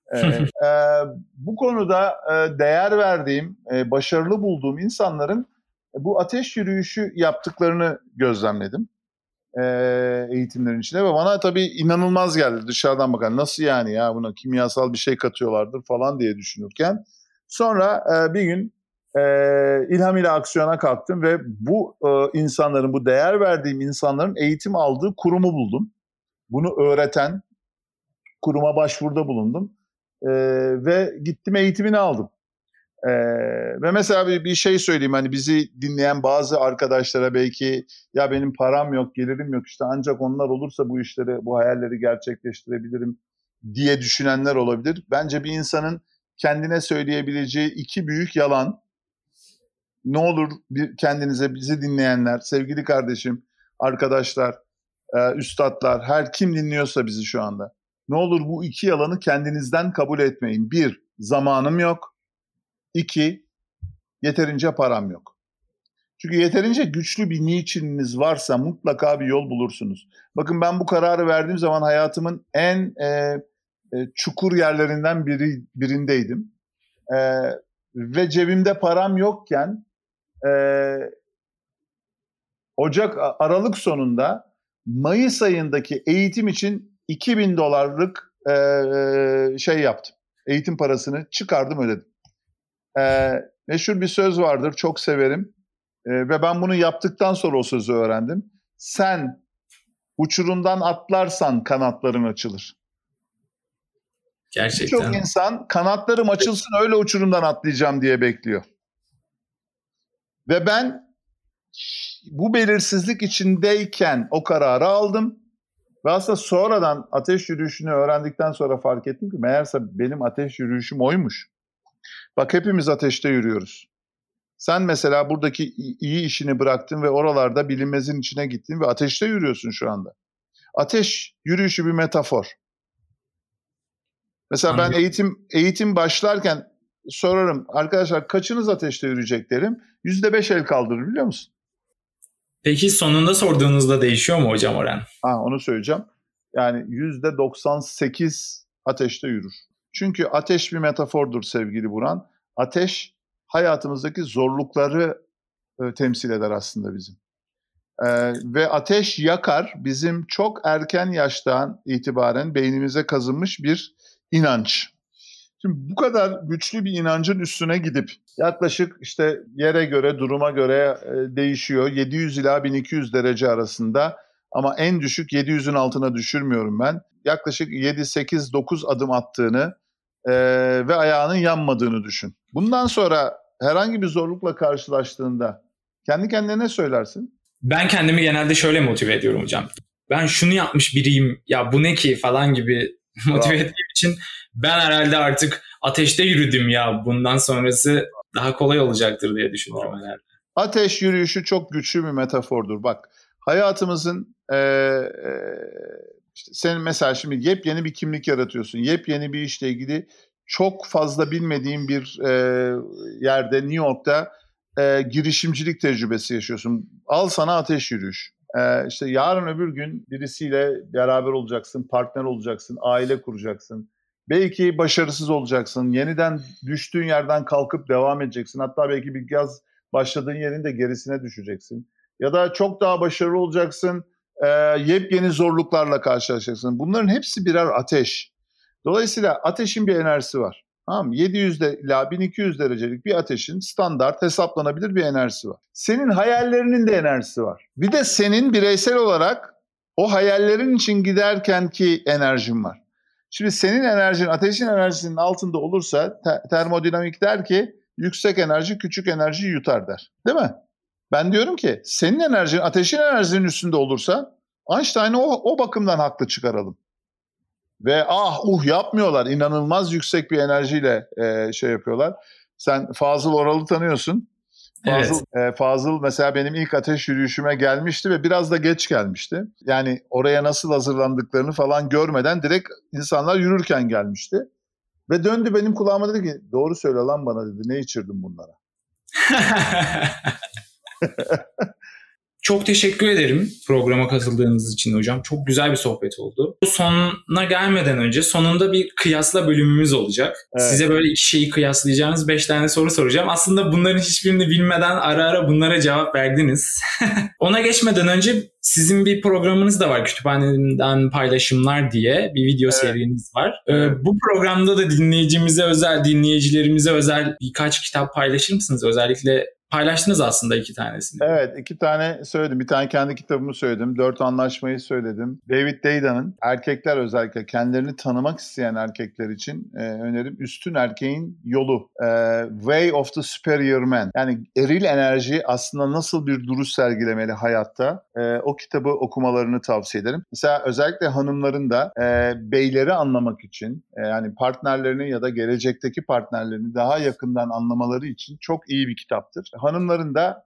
Bu konuda değer verdiğim, başarılı bulduğum insanların bu ateş yürüyüşü yaptıklarını gözlemledim eğitimlerin içinde ve bana tabii inanılmaz geldi dışarıdan bakan. Nasıl yani ya, buna kimyasal bir şey katıyorlardır falan diye düşünürken. Sonra bir gün ilham ile aksiyona kalktım ve bu insanların, bu değer verdiğim insanların eğitim aldığı kurumu buldum. Bunu öğreten kuruma başvuruda bulundum. Ve gittim, eğitimini aldım. Ve mesela bir şey söyleyeyim, hani bizi dinleyen bazı arkadaşlara belki ya benim param yok, gelirim yok, işte ancak onlar olursa bu işleri, bu hayalleri gerçekleştirebilirim diye düşünenler olabilir. Bence bir insanın kendine söyleyebileceği 2 büyük yalan, ne olur kendinize, bizi dinleyenler, sevgili kardeşim, arkadaşlar, üstadlar, her kim dinliyorsa bizi şu anda, ne olur bu 2 yalanı kendinizden kabul etmeyin. 1, zamanım yok. 2, yeterince param yok. Çünkü yeterince güçlü bir niçininiz varsa mutlaka bir yol bulursunuz. Bakın, ben bu kararı verdiğim zaman hayatımın en çukur yerlerinden birindeydim. Ve cebimde param yokken Aralık sonunda Mayıs ayındaki eğitim için $2.000 şey yaptım. Eğitim parasını çıkardım, ödedim. Meşhur bir söz vardır, çok severim. Ve ben bunu yaptıktan sonra o sözü öğrendim. Sen uçurumdan atlarsan kanatların açılır. Gerçekten. Çok insan kanatlarım açılsın öyle uçurumdan atlayacağım diye bekliyor. Ve ben bu belirsizlik içindeyken o kararı aldım. Ve aslında sonradan ateş yürüyüşünü öğrendikten sonra fark ettim ki meğerse benim ateş yürüyüşüm oymuş. Bak, hepimiz ateşte yürüyoruz. Sen mesela buradaki iyi işini bıraktın ve oralarda bilinmezin içine gittin ve ateşte yürüyorsun şu anda. Ateş yürüyüşü bir metafor. Mesela ben eğitim başlarken sorarım, arkadaşlar kaçınız ateşte yürüyecek derim. %5 el kaldırır, biliyor musun? Peki sonunda sorduğunuzda değişiyor mu hocam oran? Onu söyleyeceğim. Yani %98 ateşte yürür. Çünkü ateş bir metafordur sevgili Burhan. Ateş hayatımızdaki zorlukları temsil eder aslında bizim. Ve ateş yakar, bizim çok erken yaştan itibaren beynimize kazınmış bir inanç. Şimdi bu kadar güçlü bir inancın üstüne gidip yaklaşık işte yere göre, duruma göre değişiyor. 700 ila 1200 derece arasında, ama en düşük 700'ün altına düşürmüyorum ben. Yaklaşık 7, 8, 9 adım attığını ve ayağının yanmadığını düşün. Bundan sonra herhangi bir zorlukla karşılaştığında kendi kendine ne söylersin? Ben kendimi genelde şöyle motive ediyorum hocam. Ben şunu yapmış biriyim, ya bu ne ki falan gibi motive ettiğim için ben herhalde artık ateşte yürüdüm ya, bundan sonrası daha kolay olacaktır diye düşünüyorum herhalde. Ateş yürüyüşü çok güçlü bir metafordur. Bak, hayatımızın işte senin mesela şimdi yepyeni bir kimlik yaratıyorsun. Yepyeni bir işle ilgili çok fazla bilmediğin bir yerde, New York'ta girişimcilik tecrübesi yaşıyorsun. Al sana ateş yürüyüş. İşte yarın öbür gün birisiyle beraber olacaksın, partner olacaksın, aile kuracaksın. Belki başarısız olacaksın, yeniden düştüğün yerden kalkıp devam edeceksin. Hatta belki bir gaz başladığın yerin de gerisine düşeceksin. Ya da çok daha başarılı olacaksın, yepyeni zorluklarla karşılaşacaksın. Bunların hepsi birer ateş. Dolayısıyla ateşin bir enerjisi var. Tamam mı? 700 ila 1200 derecelik bir ateşin standart hesaplanabilir bir enerjisi var. Senin hayallerinin de enerjisi var. Bir de senin bireysel olarak o hayallerin için giderkenki enerjin var. Şimdi senin enerjin ateşin enerjisinin altında olursa termodinamik der ki yüksek enerji küçük enerjiyi yutar der. Değil mi? Ben diyorum ki senin enerjin ateşin enerjisinin üstünde olursa Einstein'ı o bakımdan haklı çıkaralım. Ve yapmıyorlar. İnanılmaz yüksek bir enerjiyle şey yapıyorlar. Sen Fazıl Oral'ı tanıyorsun. Fazıl mesela benim ilk ateş yürüyüşüme gelmişti ve biraz da geç gelmişti. Yani oraya nasıl hazırlandıklarını falan görmeden direkt insanlar yürürken gelmişti. Ve döndü benim kulağıma dedi ki doğru söyle lan bana dedi. Ne içirdin bunlara? Çok teşekkür ederim programa katıldığınız için hocam. Çok güzel bir sohbet oldu. Bu sonuna gelmeden önce sonunda bir kıyasla bölümümüz olacak. Evet. Size böyle 2 şeyi kıyaslayacağınız 5 tane soru soracağım. Aslında bunların hiçbirini bilmeden ara ara bunlara cevap verdiniz. Ona geçmeden önce sizin bir programınız da var. Kütüphaneden Paylaşımlar diye bir video seriniz var. Bu programda da dinleyicilerimize özel birkaç kitap paylaşır mısınız? Özellikle Paylaştınız aslında 2 tanesini. Evet, 2 tane söyledim. Bir tane kendi kitabımı söyledim. 4 anlaşmayı söyledim. David Deida'nın erkekler, özellikle kendilerini tanımak isteyen erkekler için önerim Üstün Erkeğin Yolu. Way of the Superior Man. Yani eril enerji aslında nasıl bir duruş sergilemeli hayatta. O kitabı okumalarını tavsiye ederim. Mesela özellikle hanımların da beyleri anlamak için, yani partnerlerini ya da gelecekteki partnerlerini daha yakından anlamaları için çok iyi bir kitaptır. Hanımların da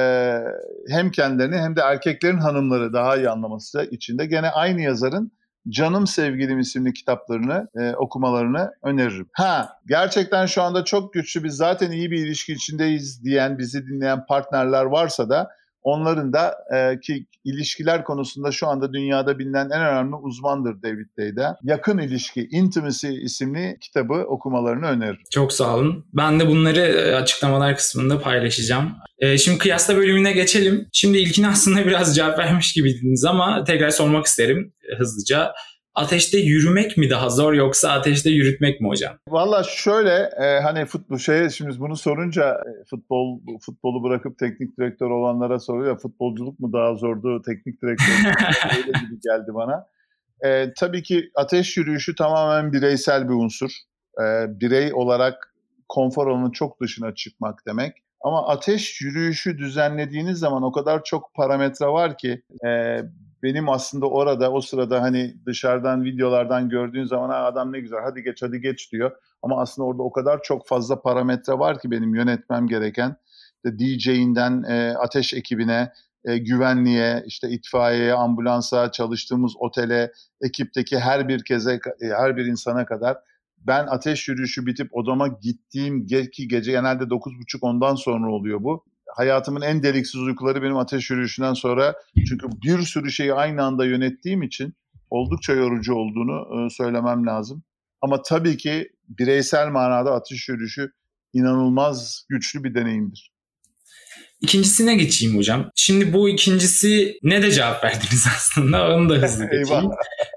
hem kendilerini hem de erkeklerin hanımları daha iyi anlaması için de gene aynı yazarın Canım Sevgilim isimli kitaplarını okumalarını öneririm. Gerçekten şu anda çok güçlü, biz zaten iyi bir ilişki içindeyiz diyen, bizi dinleyen partnerler varsa da onların da ki ilişkiler konusunda şu anda dünyada bilinen en önemli uzmandır David Deida. Yakın İlişki, Intimacy isimli kitabı okumalarını öneririm. Çok sağ olun. Ben de bunları açıklamalar kısmında paylaşacağım. Şimdi kıyasla bölümüne geçelim. Şimdi ilkine aslında biraz cevap vermiş gibiydiniz ama tekrar sormak isterim hızlıca. Ateşte yürümek mi daha zor yoksa ateşte yürütmek mi hocam? Valla şöyle, hani şimdi bunu sorunca futbolu bırakıp teknik direktör olanlara soruyor, futbolculuk mu daha zordu, teknik direktör öyle gibi geldi bana. Tabii ki ateş yürüyüşü tamamen bireysel bir unsur. Birey olarak konfor alanının çok dışına çıkmak demek. Ama ateş yürüyüşü düzenlediğiniz zaman o kadar çok parametre var ki benim aslında o sırada hani dışarıdan videolardan gördüğün zaman adam ne güzel hadi geç diyor. Ama aslında orada o kadar çok fazla parametre var ki benim yönetmem gereken. İşte DJ'inden ateş ekibine, güvenliğe, işte itfaiyeye, ambulansa, çalıştığımız otele, ekipteki her bir insana kadar. Ben ateş yürüyüşü bitip odama gittiğim gece genelde 9.30-10'dan sonra oluyor bu. Hayatımın en deliksiz uykuları benim ateş yürüyüşünden sonra. Çünkü bir sürü şeyi aynı anda yönettiğim için oldukça yorucu olduğunu söylemem lazım. Ama tabii ki bireysel manada ateş yürüyüşü inanılmaz güçlü bir deneyimdir. İkincisine geçeyim hocam. Şimdi bu ikincisi ne de cevap verdiniz aslında. Onu da hızlı geçeyim.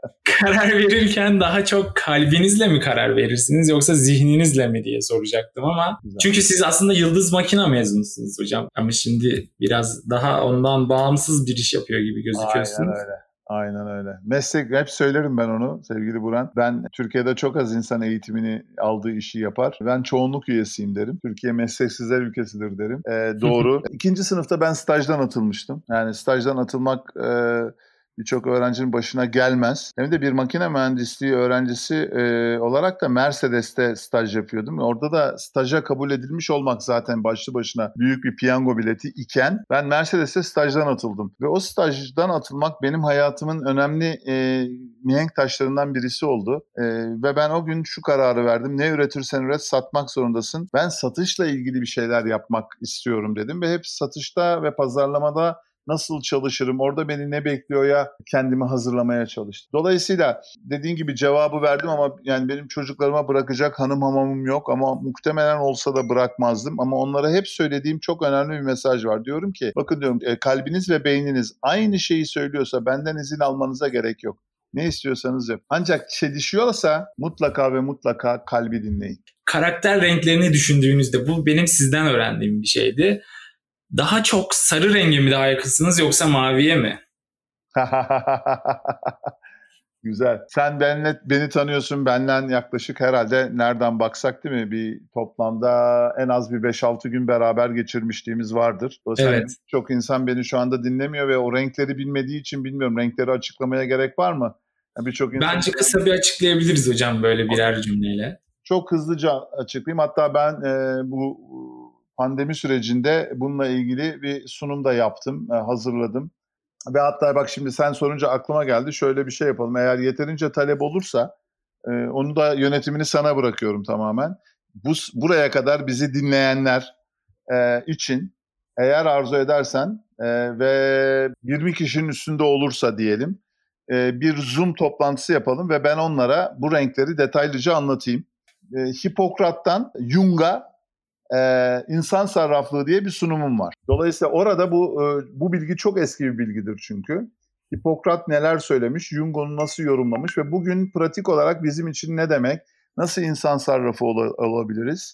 Karar verirken daha çok kalbinizle mi karar verirsiniz yoksa zihninizle mi diye soracaktım ama. Güzel. Çünkü siz aslında Yıldız Makina mezunusunuz hocam. Ama şimdi biraz daha ondan bağımsız bir iş yapıyor gibi gözüküyorsunuz. Aynen öyle. Meslek, hep söylerim ben onu sevgili Burhan. Ben Türkiye'de çok az insan eğitimini aldığı işi yapar. Ben çoğunluk üyesiyim derim. Türkiye mesleksizler ülkesidir derim. Doğru. 2. sınıfta ben stajdan atılmıştım. Yani stajdan atılmak birçok öğrencinin başına gelmez. Hem de bir makine mühendisliği öğrencisi olarak da Mercedes'te staj yapıyordum. Orada da staja kabul edilmiş olmak zaten başlı başına büyük bir piyango bileti iken ben Mercedes'te stajdan atıldım. Ve o stajdan atılmak benim hayatımın önemli mihenk taşlarından birisi oldu. Ve ben o gün şu kararı verdim. Ne üretirsen üret, satmak zorundasın. Ben satışla ilgili bir şeyler yapmak istiyorum dedim. Ve hep satışta ve pazarlamada nasıl çalışırım, orada beni ne bekliyor ya kendimi hazırlamaya çalıştım. Dolayısıyla dediğin gibi cevabı verdim ama yani benim çocuklarıma bırakacak hanım hamamım yok ama muhtemelen olsa da bırakmazdım. Ama onlara hep söylediğim çok önemli bir mesaj var. Diyorum ki bakın diyorum kalbiniz ve beyniniz aynı şeyi söylüyorsa benden izin almanıza gerek yok. Ne istiyorsanız yap. Ancak çelişiyorsa mutlaka ve mutlaka kalbi dinleyin. Karakter renklerini düşündüğünüzde bu benim sizden öğrendiğim bir şeydi. Daha çok sarı renge mi daha yakınsınız yoksa maviye mi? Güzel. Sen beni tanıyorsun. Benden yaklaşık herhalde nereden baksak değil mi? Bir toplamda en az bir 5-6 gün beraber geçirmişliğimiz vardır. Evet. Çok insan beni şu anda dinlemiyor ve o renkleri bilmediği için bilmiyorum. Renkleri açıklamaya gerek var mı? Bence kısa bir açıklayabiliriz hocam böyle birer cümleyle. Çok hızlıca açıklayayım. Hatta ben bu pandemi sürecinde bununla ilgili bir sunum da yaptım, hazırladım. Ve hatta bak şimdi sen sorunca aklıma geldi. Şöyle bir şey yapalım. Eğer yeterince talep olursa onu da yönetimini sana bırakıyorum tamamen. Buraya kadar bizi dinleyenler için eğer arzu edersen ve 20 kişinin üstünde olursa diyelim bir Zoom toplantısı yapalım ve ben onlara bu renkleri detaylıca anlatayım. Hipokrat'tan Jung'a insan sarraflığı diye bir sunumum var. Dolayısıyla orada bu bilgi çok eski bir bilgidir çünkü. Hipokrat neler söylemiş, Jung onu nasıl yorumlamış ve bugün pratik olarak bizim için ne demek, nasıl insan sarrafı olabiliriz?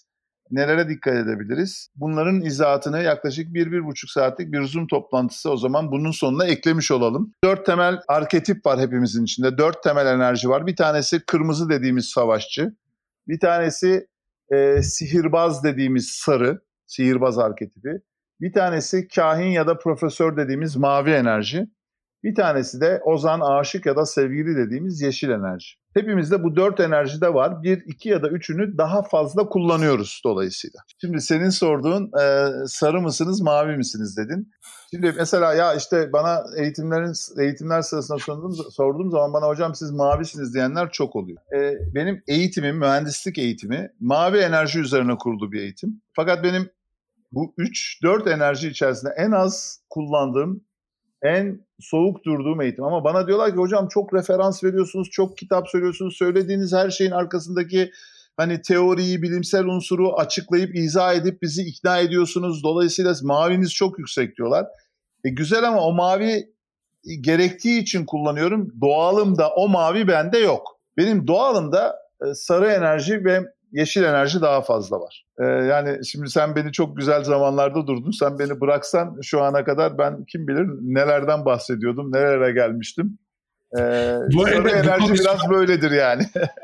nelere dikkat edebiliriz? Bunların izahatını yaklaşık 1-1,5 saatlik bir Zoom toplantısı o zaman bunun sonuna eklemiş olalım. 4 temel arketip var hepimizin içinde. 4 temel enerji var. Bir tanesi kırmızı dediğimiz savaşçı. Bir tanesi sihirbaz dediğimiz sarı, sihirbaz arketipi. Bir tanesi kahin ya da profesör dediğimiz mavi enerji. Bir tanesi de ozan, aşık ya da sevgili dediğimiz yeşil enerji. Hepimizde bu 4 enerji de var. 1, 2 ya da 3'ünü daha fazla kullanıyoruz dolayısıyla. Şimdi senin sorduğun sarı mısınız, mavi misiniz dedin. Şimdi mesela ya işte bana eğitimler sırasında sorduğum zaman bana hocam siz mavisiniz diyenler çok oluyor. Benim eğitimim, mühendislik eğitimi mavi enerji üzerine kurulu bir eğitim. Fakat benim bu 3-4 enerji içerisinde en az kullandığım, en soğuk durduğum eğitim. Ama bana diyorlar ki hocam çok referans veriyorsunuz, çok kitap söylüyorsunuz, söylediğiniz her şeyin arkasındaki hani teoriyi, bilimsel unsuru açıklayıp, izah edip bizi ikna ediyorsunuz. Dolayısıyla maviniz çok yüksek diyorlar. Güzel ama o mavi gerektiği için kullanıyorum. Doğalımda o mavi bende yok. Benim doğalımda sarı enerji ve yeşil enerji daha fazla var. Yani şimdi sen beni çok güzel zamanlarda durdun. Sen beni bıraksan şu ana kadar ben kim bilir nelerden bahsediyordum, nerelere gelmiştim. Sarı enerji biraz böyledir yani.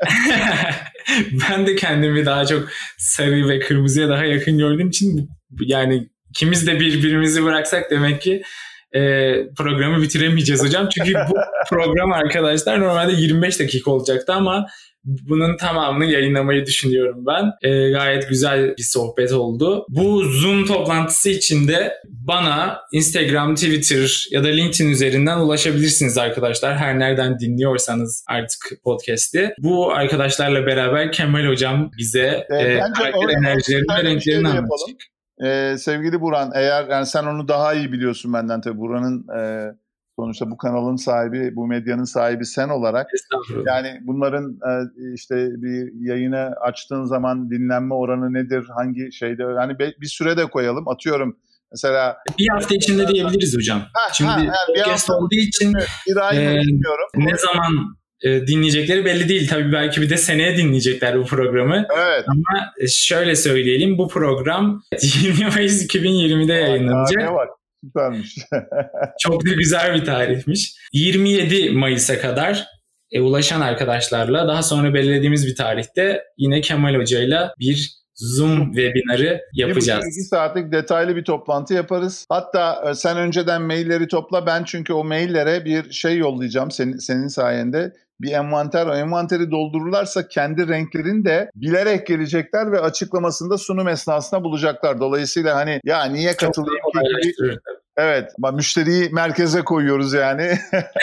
Ben de kendimi daha çok sarı ve kırmızıya daha yakın gördüğüm için yani ikimiz de birbirimizi bıraksak demek ki programı bitiremeyeceğiz hocam. Çünkü bu program arkadaşlar normalde 25 dakika olacaktı ama bunun tamamını yayınlamayı düşünüyorum ben. Gayet güzel bir sohbet oldu. Bu Zoom toplantısı için de bana Instagram, Twitter ya da LinkedIn üzerinden ulaşabilirsiniz arkadaşlar. Her nereden dinliyorsanız artık podcast'i. Bu arkadaşlarla beraber Kemal Hocam bize karakter enerjilerini ve renklerini anlatacak. Sevgili Burhan, eğer yani sen onu daha iyi biliyorsun benden tabii. Burhan'ın sonuçta bu kanalın sahibi, bu medyanın sahibi sen olarak. Yani bunların işte bir yayını açtığın zaman dinlenme oranı nedir? Hangi şeyde? Yani bir süre de koyalım. Atıyorum mesela. Bir hafta içinde diyebiliriz hocam. Şimdi podcast olduğu için bir ay bilmiyorum. Ne zaman dinleyecekleri belli değil. Tabii belki bir de seneye dinleyecekler bu programı. Evet. Ama şöyle söyleyelim. Bu program 20 Mayıs 2020'de yayınlanacak. Bak. Süpermiş. Çok da güzel bir tarihmiş. 27 Mayıs'a kadar ulaşan arkadaşlarla daha sonra belirlediğimiz bir tarihte yine Kemal Hoca'yla bir Zoom webinarı yapacağız. 2 saatlik detaylı bir toplantı yaparız. Hatta sen önceden mailleri topla. Ben çünkü o maillere bir şey yollayacağım senin sayende. Bir envanter, o envanteri doldururlarsa kendi renklerini de bilerek gelecekler ve açıklamasında sunum esnasında bulacaklar. Dolayısıyla hani ya niye katılayım ki? Evet, müşteriyi merkeze koyuyoruz yani.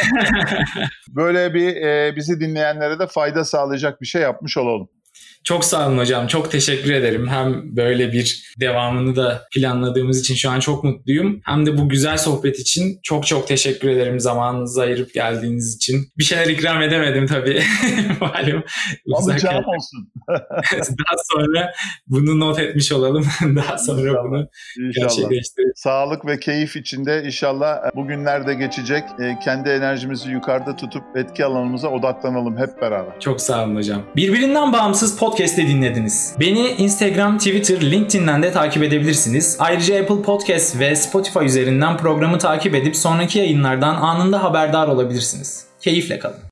Böyle bir bizi dinleyenlere de fayda sağlayacak bir şey yapmış olalım. Çok sağ olun hocam. Çok teşekkür ederim. Hem böyle bir devamını da planladığımız için şu an çok mutluyum. Hem de bu güzel sohbet için çok çok teşekkür ederim zamanınızı ayırıp geldiğiniz için. Bir şeyler ikram edemedim tabii. Malum. Alacağım olsun. Daha sonra bunu not etmiş olalım. Daha sonra İnşallah. Bunu gerçekleştirelim. Sağlık ve keyif içinde inşallah bugünler de geçecek. Kendi enerjimizi yukarıda tutup etki alanımıza odaklanalım hep beraber. Çok sağ olun hocam. Birbirinden bağımsız podcast'i dinlediniz. Beni Instagram, Twitter, LinkedIn'den de takip edebilirsiniz. Ayrıca Apple Podcast ve Spotify üzerinden programı takip edip sonraki yayınlardan anında haberdar olabilirsiniz. Keyifle kalın.